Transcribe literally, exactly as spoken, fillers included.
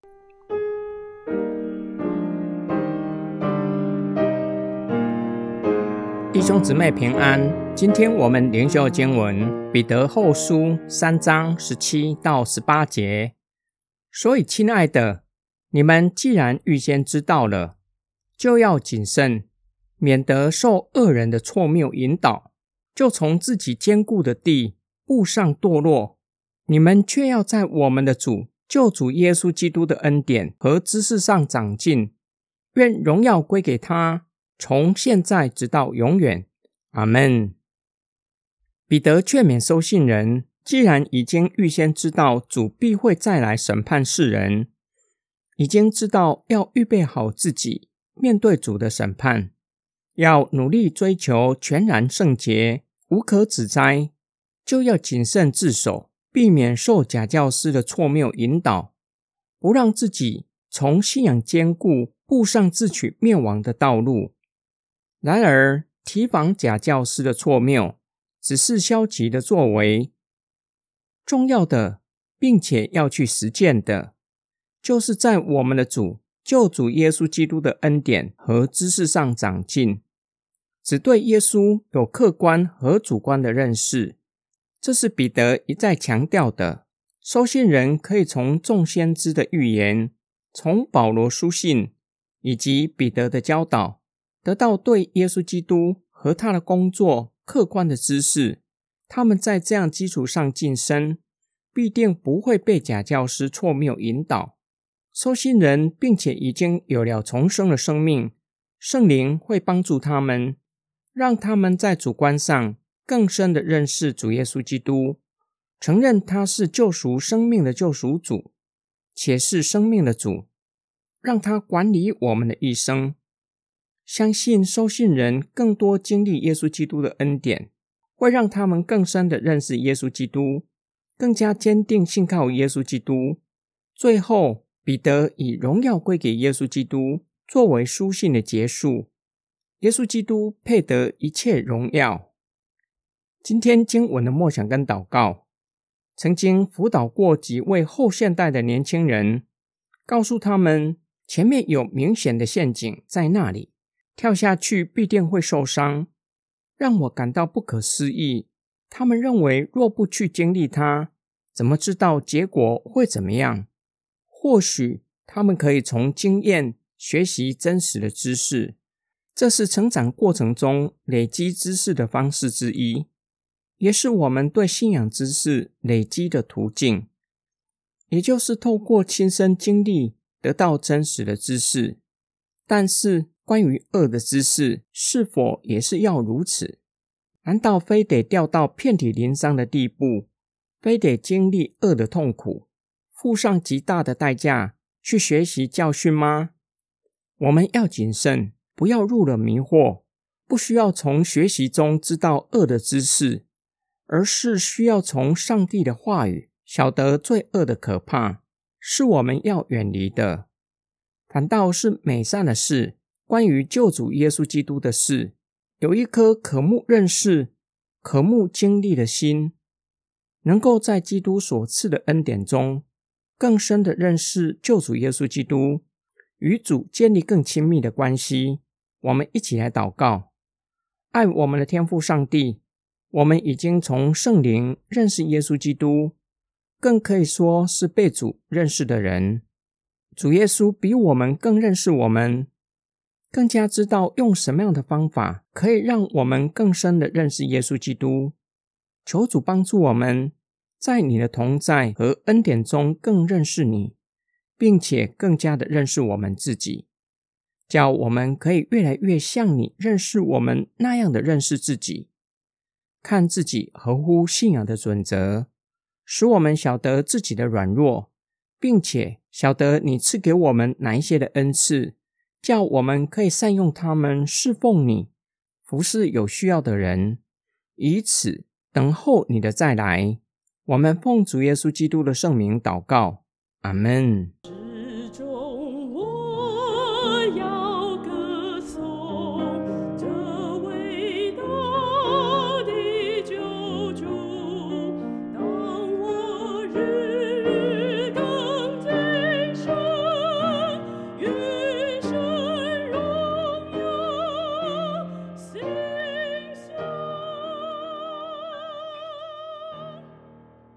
弟兄姊妹平安，今天我们灵修经文彼得后书三章十七到十八节。所以亲爱的，你们既然预先知道了，就要谨慎，免得受恶人的错谬引导，就从自己坚固的地步上堕落。你们却要在我们的主救主耶稣基督的恩典和知识上长进，愿荣耀归给他，从现在直到永远。阿们。彼得劝勉收信人，既然已经预先知道主必会再来审判世人，已经知道要预备好自己面对主的审判，要努力追求全然圣洁，无可指摘，就要谨慎自守，避免受假教师的错谬引导，不让自己从信仰坚固步上自取灭亡的道路。然而提防假教师的错谬只是消极的作为，重要的并且要去实践的，就是在我们的主救主耶稣基督的恩典和知识上长进，只对耶稣有客观和主观的认识。这是彼得一再强调的。收信人可以从众先知的预言，从保罗书信以及彼得的教导，得到对耶稣基督和他的工作客观的知识。他们在这样基础上晋升，必定不会被假教师错谬引导。收信人并且已经有了重生的生命，圣灵会帮助他们，让他们在主观上更深的认识主耶稣基督，承认他是救赎生命的救赎主，且是生命的主，让他管理我们的一生。相信收信人更多经历耶稣基督的恩典，会让他们更深的认识耶稣基督，更加坚定信靠耶稣基督。最后，彼得以荣耀归给耶稣基督作为书信的结束。耶稣基督配得一切荣耀。今天经文的默想跟祷告，曾经辅导过几位后现代的年轻人，告诉他们前面有明显的陷阱在那里，跳下去必定会受伤，让我感到不可思议。他们认为若不去经历它，怎么知道结果会怎么样？或许他们可以从经验学习真实的知识，这是成长过程中累积知识的方式之一，也是我们对信仰知识累积的途径，也就是透过亲身经历得到真实的知识。但是关于恶的知识是否也是要如此？难道非得掉到遍体鳞伤的地步，非得经历恶的痛苦，付上极大的代价去学习教训吗？我们要谨慎，不要入了迷惑，不需要从学习中知道恶的知识，而是需要从上帝的话语晓得罪恶的可怕，是我们要远离的。反倒是美善的事，关于救主耶稣基督的事，有一颗渴慕认识、渴慕经历的心，能够在基督所赐的恩典中更深的认识救主耶稣基督，与主建立更亲密的关系。我们一起来祷告。爱我们的天父上帝，我们已经从圣灵认识耶稣基督，更可以说是被主认识的人。主耶稣比我们更认识我们，更加知道用什么样的方法可以让我们更深的认识耶稣基督。求主帮助我们在你的同在和恩典中更认识你，并且更加的认识我们自己，叫我们可以越来越像你认识我们那样的认识自己，看自己合乎信仰的准则，使我们晓得自己的软弱，并且晓得你赐给我们哪一些的恩赐，叫我们可以善用它们侍奉你，服侍有需要的人，以此等候你的再来。我们奉主耶稣基督的圣名祷告，阿们。